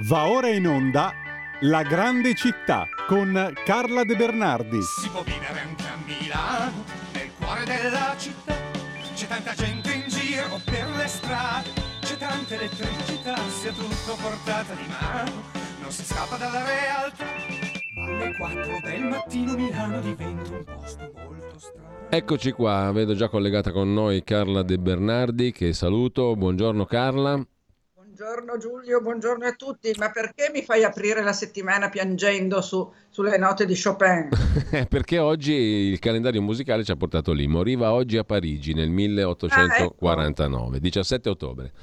Va ora in onda La grande città con Carla De Bernardi. Si può vivere anche a Milano, nel cuore della città. C'è tanta gente in giro per le strade, c'è tanta elettricità, sia tutto portata di mano. Non si scappa dalla realtà, ma alle 4 del mattino Milano diventa un posto molto strano. Eccoci qua, vedo già collegata con noi Carla De Bernardi, che saluto. Buongiorno Carla. Buongiorno Giulio, buongiorno a tutti. Ma perché mi fai aprire la settimana piangendo sulle note di Chopin? Perché oggi il calendario musicale ci ha portato lì. Moriva oggi a Parigi nel 1849, 17 ottobre.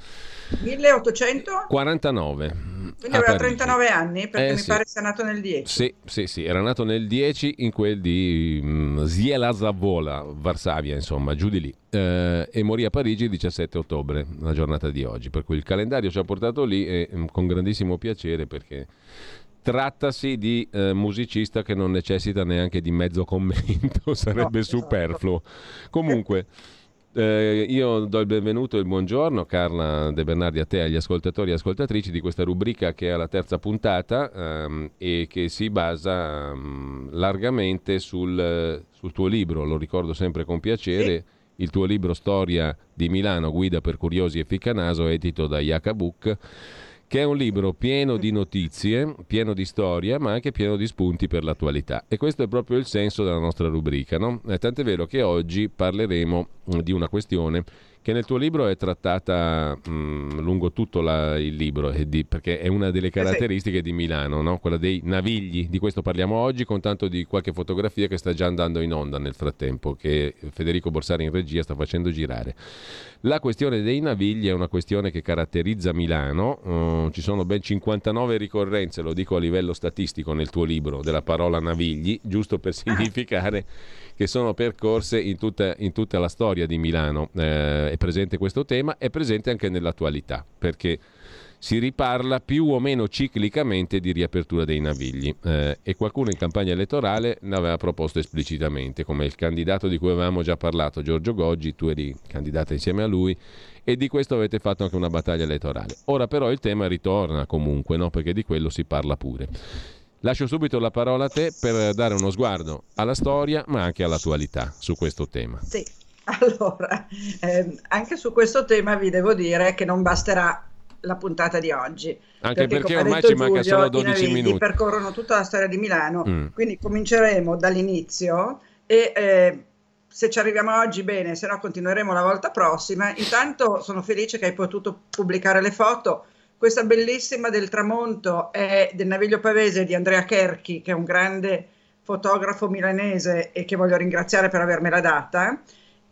1849? Quindi aveva 39 anni, perché mi pare sia nato nel 10. Sì, era nato nel 10 in quel di Zielaszavola, Varsavia, insomma, giù di lì. E morì a Parigi il 17 ottobre, la giornata di oggi. Per cui il calendario ci ha portato lì e con grandissimo piacere, perché trattasi di musicista che non necessita neanche di mezzo commento, sarebbe superfluo. Comunque... io do il benvenuto e il buongiorno, Carla De Bernardi, a te e agli ascoltatori e ascoltatrici di questa rubrica che è alla terza puntata e che si basa largamente sul tuo libro, lo ricordo sempre con piacere, sì. Il tuo libro Storia di Milano, guida per curiosi e ficcanaso, edito da Iaca-Book, che è un libro pieno di notizie, pieno di storia, ma anche pieno di spunti per l'attualità. E questo è proprio il senso della nostra rubrica, no? Tant'è vero che oggi parleremo di una questione che nel tuo libro è trattata lungo tutto il libro, perché è una delle caratteristiche di Milano, no? Quella dei navigli. Di questo parliamo oggi, con tanto di qualche fotografia che sta già andando in onda nel frattempo, che Federico Borsari in regia sta facendo girare. La questione dei navigli è una questione che caratterizza Milano, ci sono ben 59 ricorrenze, lo dico a livello statistico nel tuo libro, della parola navigli, giusto per significare che sono percorse in tutta la storia di Milano. È presente questo tema, è presente anche nell'attualità, perché si riparla più o meno ciclicamente di riapertura dei navigli e qualcuno in campagna elettorale l'aveva proposto esplicitamente, come il candidato di cui avevamo già parlato, Giorgio Goggi. Tu eri candidata insieme a lui e di questo avete fatto anche una battaglia elettorale. Ora però il tema ritorna comunque, no? Perché di quello si parla pure. Lascio subito la parola a te per dare uno sguardo alla storia ma anche all'attualità su questo tema. Sì, allora anche su questo tema vi devo dire che non basterà la puntata di oggi, anche perché ormai ci manca solo 12 minuti. Percorrono tutta la storia di Milano, quindi cominceremo dall'inizio e se ci arriviamo oggi bene, se no continueremo la volta prossima. Intanto sono felice che hai potuto pubblicare le foto. Questa bellissima del tramonto è del Naviglio Pavese di Andrea Cherchi, che è un grande fotografo milanese e che voglio ringraziare per avermela data.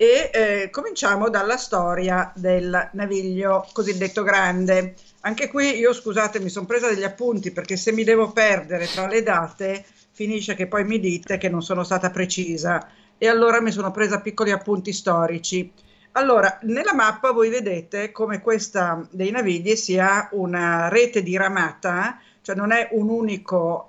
E cominciamo dalla storia del naviglio cosiddetto grande. Anche qui io, scusate, mi sono presa degli appunti, perché se mi devo perdere tra le date finisce che poi mi dite che non sono stata precisa, e allora mi sono presa piccoli appunti storici. Allora, nella mappa voi vedete come questa dei navigli sia una rete diramata, cioè non è un unico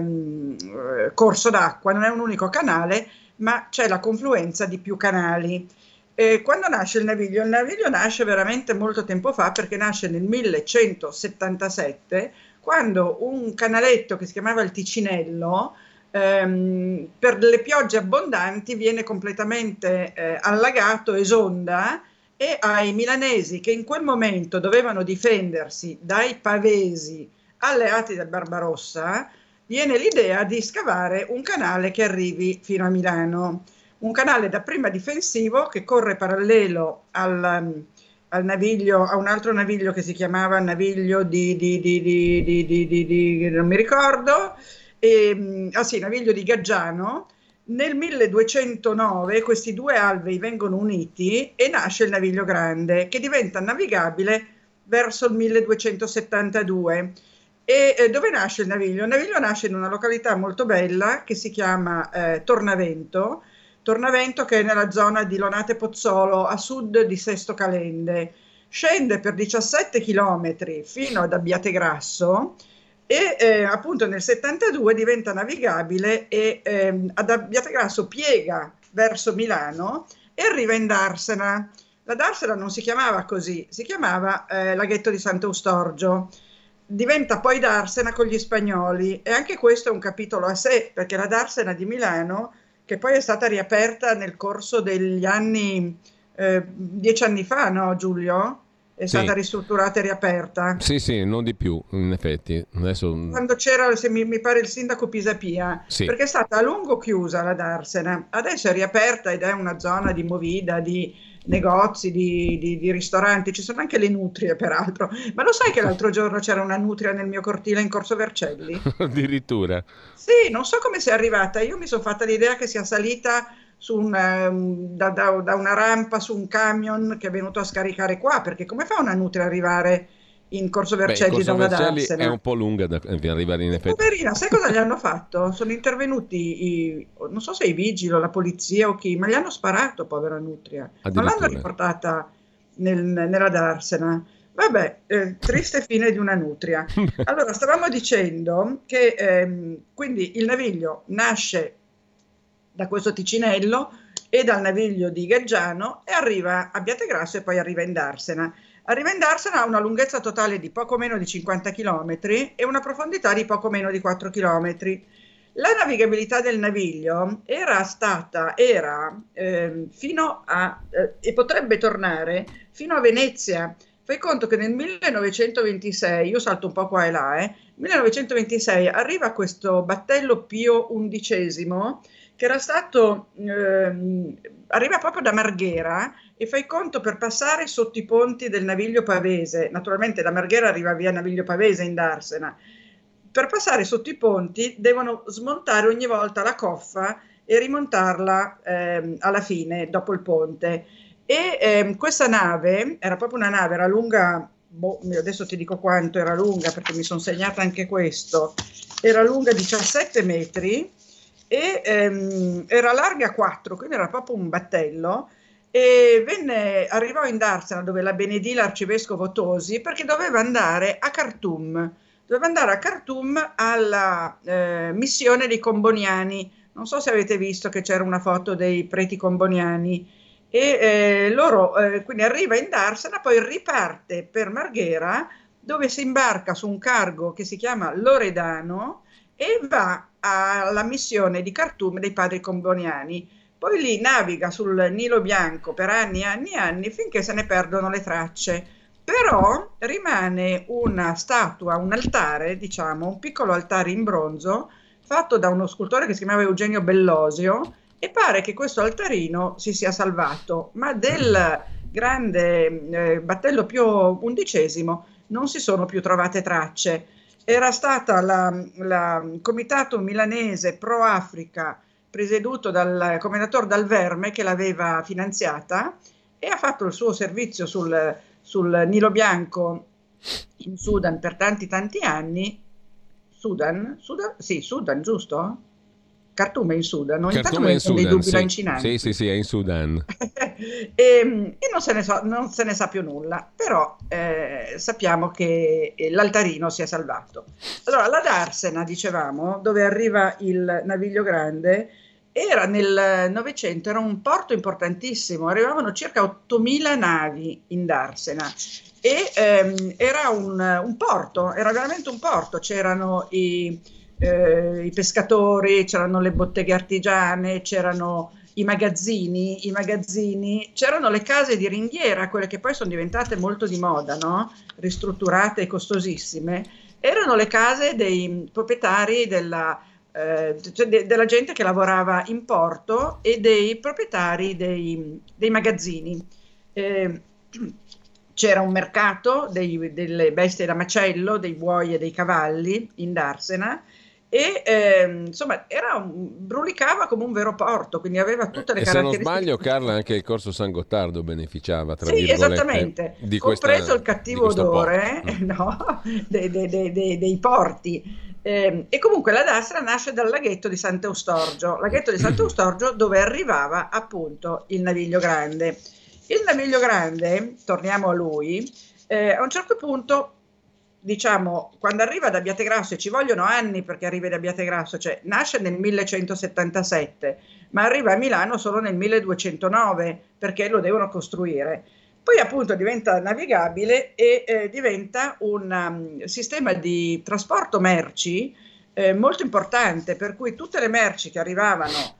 corso d'acqua, non è un unico canale, ma c'è la confluenza di più canali. Quando nasce il naviglio? Il naviglio nasce veramente molto tempo fa, perché nasce nel 1177, quando un canaletto che si chiamava il Ticinello, per le piogge abbondanti, viene completamente allagato, esonda, e ai milanesi che in quel momento dovevano difendersi dai pavesi alleati del Barbarossa, viene l'idea di scavare un canale che arrivi fino a Milano, un canale dapprima difensivo che corre parallelo al naviglio, a un altro naviglio che si chiamava naviglio non mi ricordo, naviglio di Gaggiano. Nel 1209 questi due alvei vengono uniti e nasce il naviglio grande, che diventa navigabile verso il 1272. E dove nasce il naviglio? Il naviglio nasce in una località molto bella che si chiama Tornavento, che è nella zona di Lonate Pozzolo, a sud di Sesto Calende. Scende per 17 chilometri fino ad Abbiategrasso e appunto nel 72 diventa navigabile e ad Abbiategrasso piega verso Milano e arriva in Darsena. La Darsena non si chiamava così, si chiamava laghetto di Sant'Eustorgio. diventa poi Darsena con gli spagnoli, e anche questo è un capitolo a sé, perché la Darsena di Milano, che poi è stata riaperta nel corso degli anni, 10 anni fa, no Giulio? È stata ristrutturata e riaperta. Sì, non di più, in effetti. Adesso... Quando c'era, se mi pare, il sindaco Pisapia, perché è stata a lungo chiusa la Darsena, adesso è riaperta ed è una zona di movida, di negozi, di ristoranti, ci sono anche le nutrie peraltro, ma lo sai che l'altro giorno c'era una nutria nel mio cortile in Corso Vercelli? Addirittura? Sì, non so come sia arrivata, io mi sono fatta l'idea che sia salita su da una rampa su un camion che è venuto a scaricare qua, perché come fa una nutria ad arrivare in Corso Vercelli da una Darsena? È un po' lunga da arrivare in effetti. Poverina, sai cosa gli hanno fatto? Sono intervenuti, non so se i vigili o la polizia o chi, ma gli hanno sparato, povera nutria. Non l'hanno riportata nella Darsena. Vabbè, triste fine di una nutria. Allora, stavamo dicendo che quindi il Naviglio nasce da questo Ticinello e dal Naviglio di Gaggiano e arriva a Abbiategrasso e poi arriva in Darsena. Arriva in Darsena, ha una lunghezza totale di poco meno di 50 km e una profondità di poco meno di 4 km. La navigabilità del Naviglio era fino a, e potrebbe tornare fino a Venezia. Fai conto che nel 1926, io salto un po' qua e là, 1926 arriva questo battello Pio XI, che era stato, arriva proprio da Marghera, e fai conto, per passare sotto i ponti del Naviglio Pavese, naturalmente da Marghera arriva via Naviglio Pavese in Darsena, per passare sotto i ponti devono smontare ogni volta la coffa e rimontarla alla fine, dopo il ponte. E questa nave era proprio una nave, era lunga, adesso ti dico quanto era lunga perché mi sono segnata anche questo, era lunga 17 metri e era larga 4, quindi era proprio un battello, e arrivò in Darsena, dove la benedì l'arcivescovo Tosi, perché doveva andare a Khartoum, alla missione dei Comboniani. Non so se avete visto che c'era una foto dei preti comboniani, e loro quindi arriva in Darsena, poi riparte per Marghera, dove si imbarca su un cargo che si chiama Loredano e va alla missione di Khartoum dei padri comboniani. Poi lì naviga sul Nilo Bianco per anni e anni e anni, finché se ne perdono le tracce. Però rimane una statua, un altare, diciamo, un piccolo altare in bronzo fatto da uno scultore che si chiamava Eugenio Bellosio, e pare che questo altarino si sia salvato, ma del grande battello Pio XI non si sono più trovate tracce. Era stata il comitato milanese pro Africa, presieduto dal commendator Dal Verme, che l'aveva finanziata, e ha fatto il suo servizio sul Nilo Bianco in Sudan per tanti anni. Sudan? Sì, Sudan, giusto? Khartoum è in Sudan, ogni tanto mi sono dei dubbi lancinanti. Sì, è in Sudan. e non se ne sa più nulla, però sappiamo che l'altarino si è salvato. Allora, la Darsena, dicevamo, dove arriva il Naviglio Grande, era nel Novecento, era un porto importantissimo, arrivavano circa 8.000 navi in Darsena, e era un porto, era veramente un porto, c'erano i pescatori, c'erano le botteghe artigiane, c'erano i magazzini, c'erano le case di ringhiera, quelle che poi sono diventate molto di moda, no? Ristrutturate e costosissime. Erano le case dei proprietari della gente che lavorava in porto e dei proprietari dei magazzini. C'era un mercato delle bestie da macello, dei buoi e dei cavalli in Darsena, e insomma brulicava come un vero porto, quindi aveva tutte le caratteristiche. Se non sbaglio, Carla, anche il Corso San Gottardo beneficiava, tra virgolette, esattamente, compreso il cattivo odore dei porti. E comunque la Darsena nasce dal laghetto di Sant'Eustorgio, dove arrivava appunto il Naviglio Grande. Il Naviglio Grande, torniamo a lui, a un certo punto, diciamo, quando arriva ad Abbiategrasso, e ci vogliono anni perché arrivi ad Abbiategrasso, cioè nasce nel 1177, ma arriva a Milano solo nel 1209 perché lo devono costruire. Poi appunto diventa navigabile e diventa un sistema di trasporto merci molto importante, per cui tutte le merci che arrivavano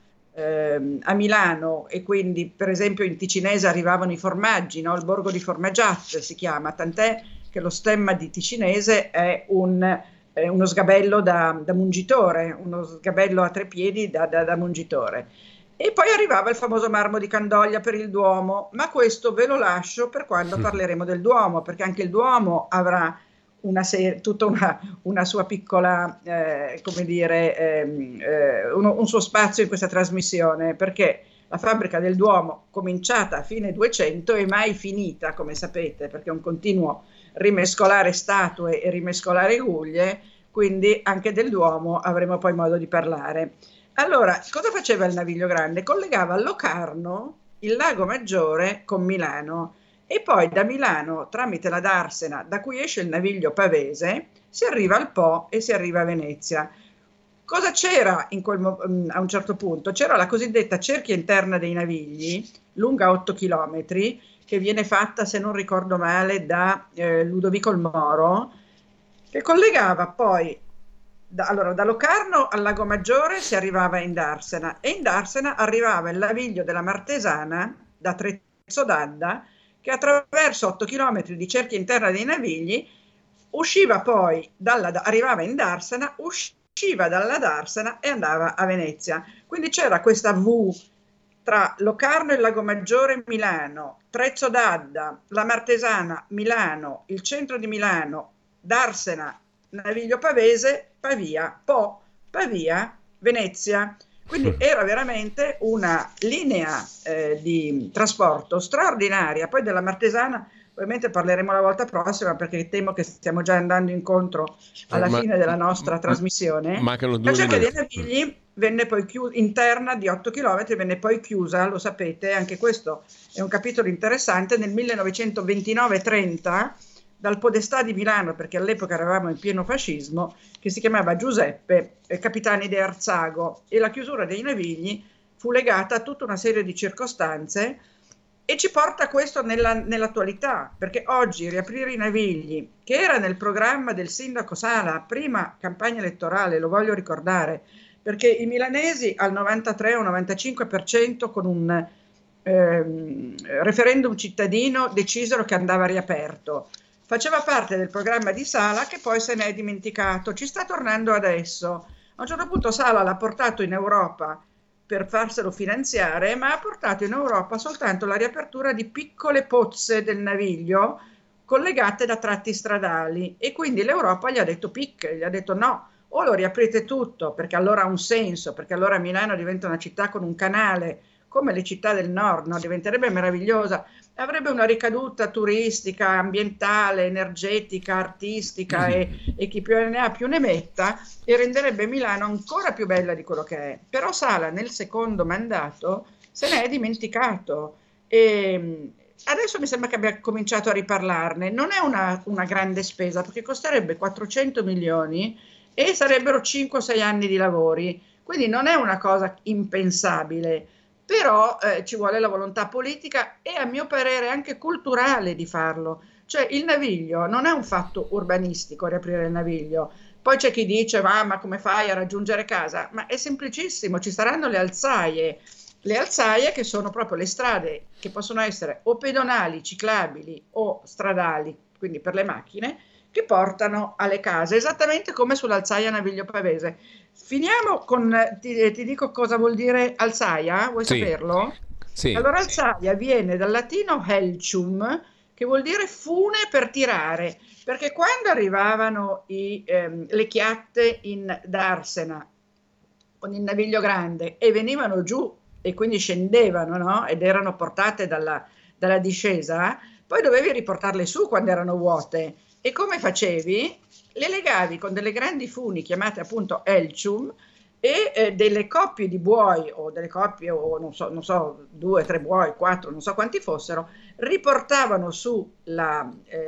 a Milano, e quindi per esempio in ticinese arrivavano i formaggi, no? Il borgo di Formaggiate si chiama, tant'è che lo stemma di ticinese è uno sgabello da mungitore, uno sgabello a 3 piedi da mungitore. E poi arrivava il famoso marmo di Candoglia per il Duomo, ma questo ve lo lascio per quando parleremo del Duomo, perché anche il Duomo avrà tutta una sua piccola, come dire, un suo spazio in questa trasmissione, perché la fabbrica del Duomo, cominciata a fine 200, è mai finita, come sapete, perché è un continuo rimescolare statue e rimescolare guglie, quindi anche del Duomo avremo poi modo di parlare. Allora, cosa faceva il Naviglio Grande? Collegava Locarno, il Lago Maggiore, con Milano, e poi da Milano, tramite la Darsena, da cui esce il Naviglio Pavese, si arriva al Po e si arriva a Venezia. Cosa c'era a un certo punto? C'era la cosiddetta cerchia interna dei Navigli, lunga 8 chilometri, che viene fatta, se non ricordo male, da Ludovico il Moro, che collegava poi da Locarno al Lago Maggiore si arrivava in Darsena, e in Darsena arrivava il Naviglio della Martesana da Trezzo d'Adda, che attraverso 8 chilometri di cerchia interna dei Navigli usciva poi arrivava in Darsena, usciva dalla Darsena e andava a Venezia. Quindi c'era questa V tra Locarno e il Lago Maggiore, Milano, Trezzo d'Adda, la Martesana, Milano, il centro di Milano, Darsena, Naviglio Pavese, Pavia, Po, Pavia, Venezia. Quindi era veramente una linea di trasporto straordinaria. Poi della Martesana ovviamente parleremo la volta prossima, perché temo che stiamo già andando incontro alla fine della nostra trasmissione. La cerchia dei Navigli venne poi interna di 8 km, venne poi chiusa, lo sapete, anche questo è un capitolo interessante, nel 1929-30 dal podestà di Milano, perché all'epoca eravamo in pieno fascismo, che si chiamava Giuseppe Capitani de Arzago, e la chiusura dei Navigli fu legata a tutta una serie di circostanze, e ci porta questo nell'attualità, perché oggi riaprire i Navigli, che era nel programma del sindaco Sala, prima campagna elettorale, lo voglio ricordare, perché i milanesi al 93 o 95% con un referendum cittadino decisero che andava riaperto. Faceva parte del programma di Sala, che poi se ne è dimenticato, ci sta tornando adesso. A un certo punto Sala l'ha portato in Europa per farselo finanziare, ma ha portato in Europa soltanto la riapertura di piccole pozze del Naviglio collegate da tratti stradali, e quindi l'Europa gli ha detto gli ha detto no, o lo riaprite tutto, perché allora ha un senso, perché allora Milano diventa una città con un canale, come le città del nord, no? Diventerebbe meravigliosa, avrebbe una ricaduta turistica, ambientale, energetica, artistica e chi più ne ha più ne metta, e renderebbe Milano ancora più bella di quello che è. Però Sala nel secondo mandato se ne è dimenticato, e adesso mi sembra che abbia cominciato a riparlarne. Non è una grande spesa, perché costerebbe 400 milioni e sarebbero 5-6 anni di lavori, quindi non è una cosa impensabile. Però ci vuole la volontà politica e, a mio parere, anche culturale di farlo. Cioè, il Naviglio non è un fatto urbanistico, riaprire il Naviglio. Poi c'è chi dice ma come fai a raggiungere casa? Ma è semplicissimo, ci saranno le alzaie che sono proprio le strade che possono essere o pedonali, ciclabili o stradali, quindi per le macchine, che portano alle case, esattamente come sull'alzaia Naviglio Pavese. Finiamo con, ti dico cosa vuol dire alzaia, vuoi saperlo? Sì. Allora, alzaia viene dal latino helcium, che vuol dire fune per tirare, perché quando arrivavano le chiatte in Darsena con il Naviglio Grande e venivano giù e quindi scendevano, no? Ed erano portate dalla discesa, poi dovevi riportarle su quando erano vuote. E come facevi? Le legavi con delle grandi funi chiamate appunto helcium e delle coppie di buoi, o delle coppie, o non so 2, 3 buoi, 4, non so quanti fossero, riportavano su la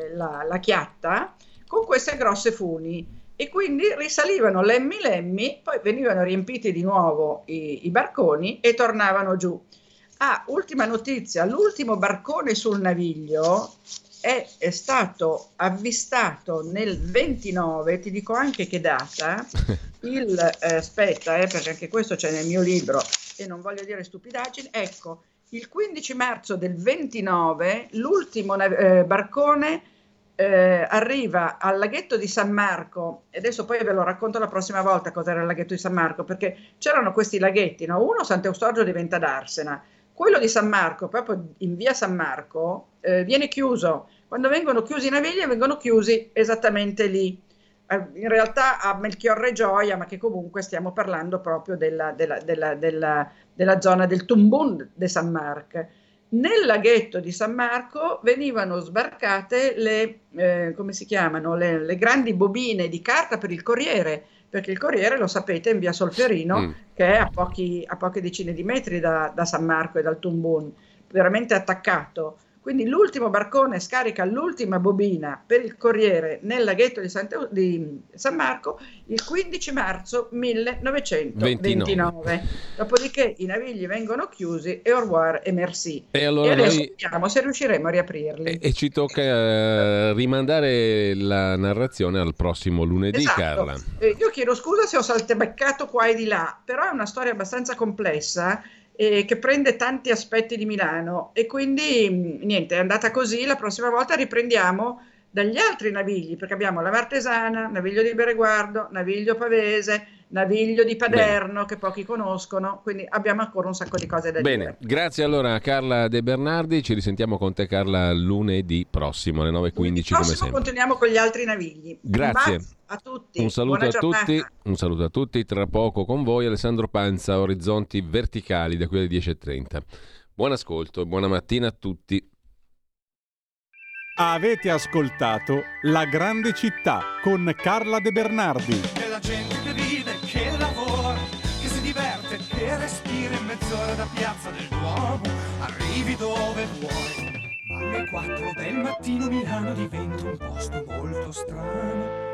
chiatta con queste grosse funi, e quindi risalivano lemmi, poi venivano riempiti di nuovo i barconi e tornavano giù. Ultima notizia, l'ultimo barcone sul Naviglio è stato avvistato nel 29, ti dico anche che data, aspetta, perché anche questo c'è nel mio libro e non voglio dire stupidaggini, ecco, il 15 marzo del 29 l'ultimo barcone arriva al laghetto di San Marco, e adesso poi ve lo racconto la prossima volta cos'era il laghetto di San Marco, perché c'erano questi laghetti, no? Uno Sant'Eustorgio di Venta d'Arsena, quello di San Marco, proprio in via San Marco, viene chiuso. Quando vengono chiusi i navigli, vengono chiusi esattamente lì. In realtà a Melchiorre Gioia, ma che comunque stiamo parlando proprio della zona del Tumbun de San Marco. Nel laghetto di San Marco venivano sbarcate come si chiamano, le grandi bobine di carta per il Corriere, perché il Corriere, lo sapete, è in via Solferino, che è a poche decine di metri da San Marco e dal Tumbun, veramente attaccato. Quindi l'ultimo barcone scarica l'ultima bobina per il Corriere nel laghetto di San Marco il 15 marzo 1929. Dopodiché i navigli vengono chiusi e au revoir e merci. E allora adesso vediamo se riusciremo a riaprirli. E ci tocca rimandare la narrazione al prossimo lunedì, esatto. Carla. Io chiedo scusa se ho saltebeccato qua e di là, però è una storia abbastanza complessa che prende tanti aspetti di Milano, e quindi niente, è andata così. La prossima volta riprendiamo dagli altri navigli, perché abbiamo la Martesana, Naviglio di Bereguardo, Naviglio Pavese, Naviglio di Paderno. Bene. Che pochi conoscono, quindi abbiamo ancora un sacco di cose da dire. Bene, grazie allora a Carla De Bernardi, ci risentiamo con te, Carla, lunedì prossimo alle 9:15 come sempre. Continuiamo con gli altri navigli. Grazie a tutti. Un saluto a tutti, tra poco con voi Alessandro Panza, Orizzonti Verticali da qui alle 10:30. Buon ascolto e buona mattina a tutti. Avete ascoltato La Grande Città con Carla De Bernardi. È la gente che vive, che lavora, che si diverte, che respira in mezz'ora da Piazza del Duomo. Arrivi dove vuoi. Alle 4 del mattino Milano diventa un posto molto strano.